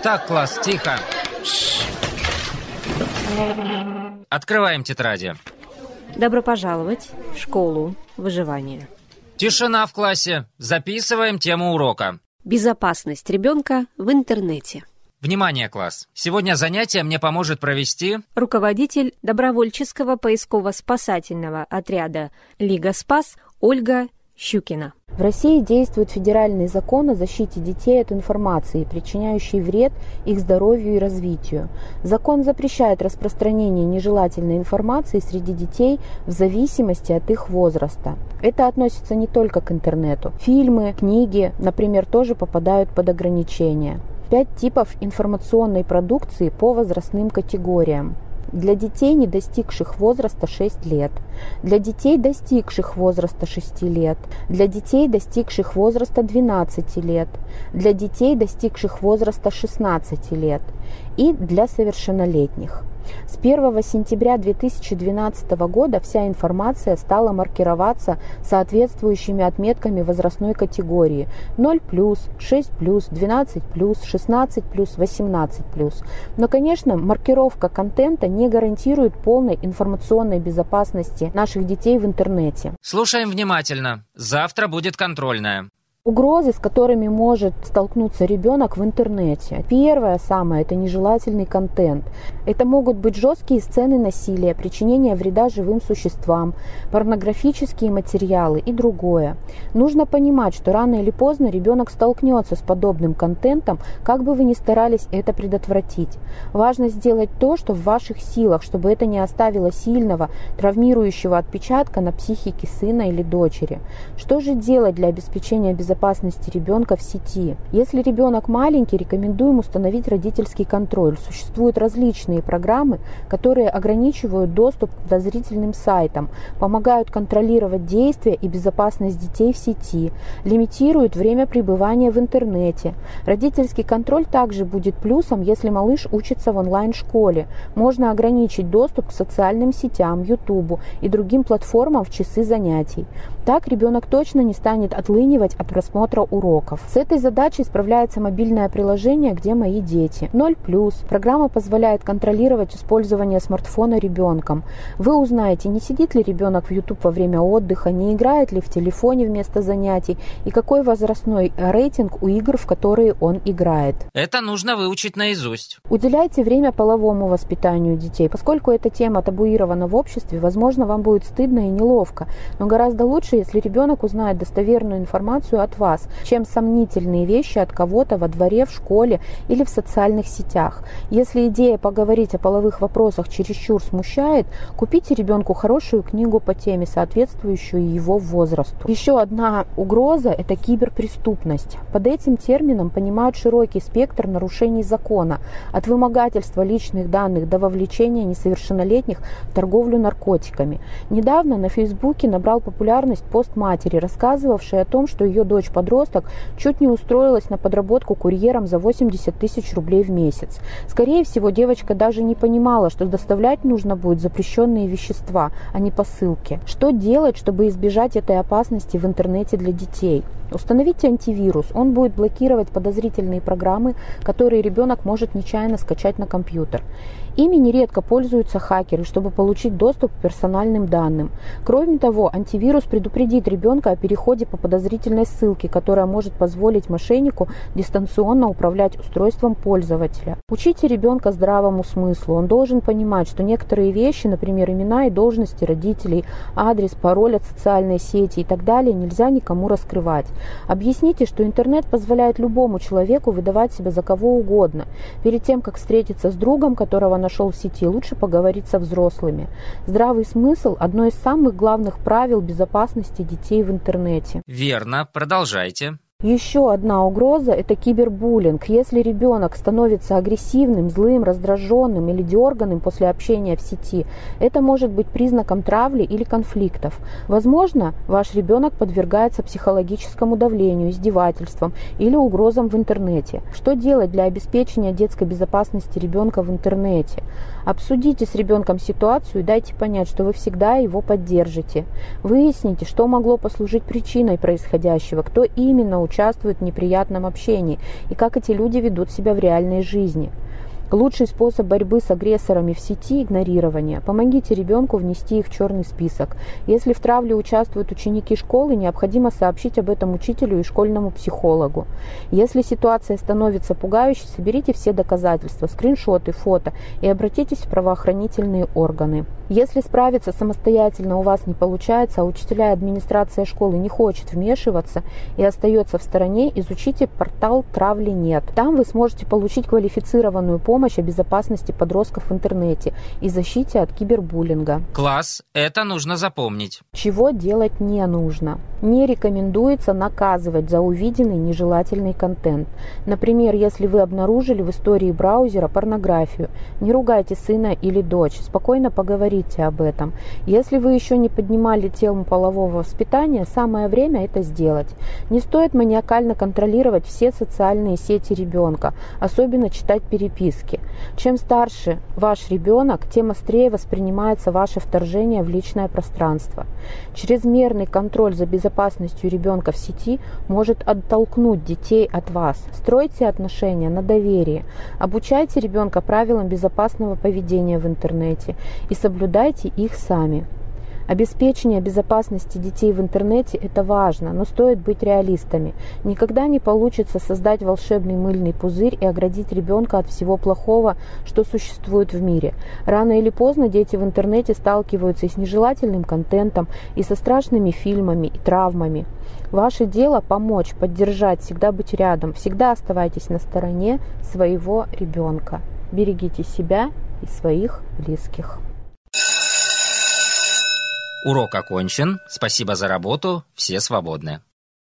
Так, класс, тихо. Открываем тетради. Добро пожаловать в школу выживания. Тишина в классе. Записываем тему урока. Безопасность ребенка в интернете. Внимание, класс! Сегодня занятие мне поможет провести руководитель добровольческого поисково-спасательного отряда «Лига Спас» Ольга Щукина. В России действует федеральный закон о защите детей от информации, причиняющей вред их здоровью и развитию. Закон запрещает распространение нежелательной информации среди детей в зависимости от их возраста. Это относится не только к интернету. Фильмы, книги, например, тоже попадают под ограничения. 5 типов информационной продукции по возрастным категориям. Для детей, не достигших возраста 6 лет, для детей, достигших возраста 6 лет, для детей, достигших возраста 12 лет, для детей, достигших возраста 16 лет и для совершеннолетних. С 1 сентября 2012 года вся информация стала маркироваться соответствующими отметками возрастной категории 0+, 6+, 12+, 16+, 18+. Но, конечно, маркировка контента не гарантирует полной информационной безопасности наших детей в интернете. Слушаем внимательно. Завтра будет контрольная. Угрозы, с которыми может столкнуться ребенок в интернете. Первое самое – это нежелательный контент. Это могут быть жесткие сцены насилия, причинение вреда живым существам, порнографические материалы и другое. Нужно понимать, что рано или поздно ребенок столкнется с подобным контентом, как бы вы ни старались это предотвратить. Важно сделать то, что в ваших силах, чтобы это не оставило сильного, травмирующего отпечатка на психике сына или дочери. Что же делать для обеспечения безопасности ребенка в сети? Если ребенок маленький, рекомендуем установить родительский контроль. Существуют различные программы, которые ограничивают доступ к подозрительным сайтам, помогают контролировать действия и безопасность детей в сети, лимитируют время пребывания в интернете. Родительский контроль также будет плюсом, если малыш учится в онлайн-школе. Можно ограничить доступ к социальным сетям, Ютубу и другим платформам в часы занятий. Так ребенок точно не станет отлынивать от просмотра уроков. С этой задачей справляется мобильное приложение «Где мои дети?». 0+. Программа позволяет контролировать использование смартфона ребенком. Вы узнаете, не сидит ли ребенок в YouTube во время отдыха, не играет ли в телефоне вместо занятий и какой возрастной рейтинг у игр, в которые он играет. Это нужно выучить наизусть. Уделяйте время половому воспитанию детей. Поскольку эта тема табуирована в обществе, возможно, вам будет стыдно и неловко, но гораздо лучше, если ребенок узнает достоверную информацию от вас, чем сомнительные вещи от кого-то во дворе, в школе или в социальных сетях. Если идея поговорить о половых вопросах чересчур смущает, купите ребенку хорошую книгу по теме, соответствующую его возрасту. Еще одна угроза – это киберпреступность. Под этим термином понимают широкий спектр нарушений закона, от вымогательства личных данных до вовлечения несовершеннолетних в торговлю наркотиками. Недавно на Фейсбуке набрал популярность пост матери, рассказывавшей о том, что ее дочь-подросток чуть не устроилась на подработку курьером за 80 тысяч рублей в месяц. Скорее всего, девочка даже не понимала, что доставлять нужно будет запрещенные вещества, а не посылки. Что делать, чтобы избежать этой опасности в интернете для детей? Установите антивирус. Он будет блокировать подозрительные программы, которые ребенок может нечаянно скачать на компьютер. Ими нередко пользуются хакеры, чтобы получить доступ к персональным данным. Кроме того, антивирус предупредит ребенка о переходе по подозрительной ссылке, которая может позволить мошеннику дистанционно управлять устройством пользователя. Учите ребенка здравому смыслу. Он должен понимать, что некоторые вещи, например, имена и должности родителей, адрес, пароль от социальной сети и так далее, нельзя никому раскрывать. Объясните, что интернет позволяет любому человеку выдавать себя за кого угодно. Перед тем, как встретиться с другом, которого нашел в сети, лучше поговорить со взрослыми. Здравый смысл – одно из самых главных правил безопасности детей в интернете. Верно, продолжайте. Еще одна угроза – это кибербуллинг. Если ребенок становится агрессивным, злым, раздраженным или дерганым после общения в сети, это может быть признаком травли или конфликтов. Возможно, ваш ребенок подвергается психологическому давлению, издевательствам или угрозам в интернете. Что делать для обеспечения детской безопасности ребенка в интернете? Обсудите с ребенком ситуацию и дайте понять, что вы всегда его поддержите. Выясните, что могло послужить причиной происходящего, кто именно участвовал участвуют в неприятном общении и как эти люди ведут себя в реальной жизни. Лучший способ борьбы с агрессорами в сети – игнорирование. Помогите ребенку внести их в черный список. Если в травле участвуют ученики школы, необходимо сообщить об этом учителю и школьному психологу. Если ситуация становится пугающей, соберите все доказательства, скриншоты, фото и обратитесь в правоохранительные органы. Если справиться самостоятельно у вас не получается, а учителя и администрация школы не хочет вмешиваться и остается в стороне, изучите портал «Травли нет». Там вы сможете получить квалифицированную помощь о безопасности подростков в интернете и защите от кибербуллинга. Класс, это нужно запомнить. Чего делать не нужно? Не рекомендуется наказывать за увиденный нежелательный контент. Например, если вы обнаружили в истории браузера порнографию, не ругайте сына или дочь, спокойно поговорите об этом. Если вы еще не поднимали тему полового воспитания, самое время это сделать. Не стоит маниакально контролировать все социальные сети ребенка, особенно читать переписки. Чем старше ваш ребенок, тем острее воспринимается ваше вторжение в личное пространство. Чрезмерный контроль за безопасностью ребенка в сети может оттолкнуть детей от вас. Стройте отношения на доверии. Обучайте ребенка правилам безопасного поведения в интернете и соблюдайте их сами. Обеспечение безопасности детей в интернете – это важно, но стоит быть реалистами. Никогда не получится создать волшебный мыльный пузырь и оградить ребенка от всего плохого, что существует в мире. Рано или поздно дети в интернете сталкиваются и с нежелательным контентом, и со страшными фильмами и травмами. Ваше дело – помочь, поддержать, всегда быть рядом, всегда оставайтесь на стороне своего ребенка. Берегите себя и своих близких. Урок окончен. Спасибо за работу. Все свободны.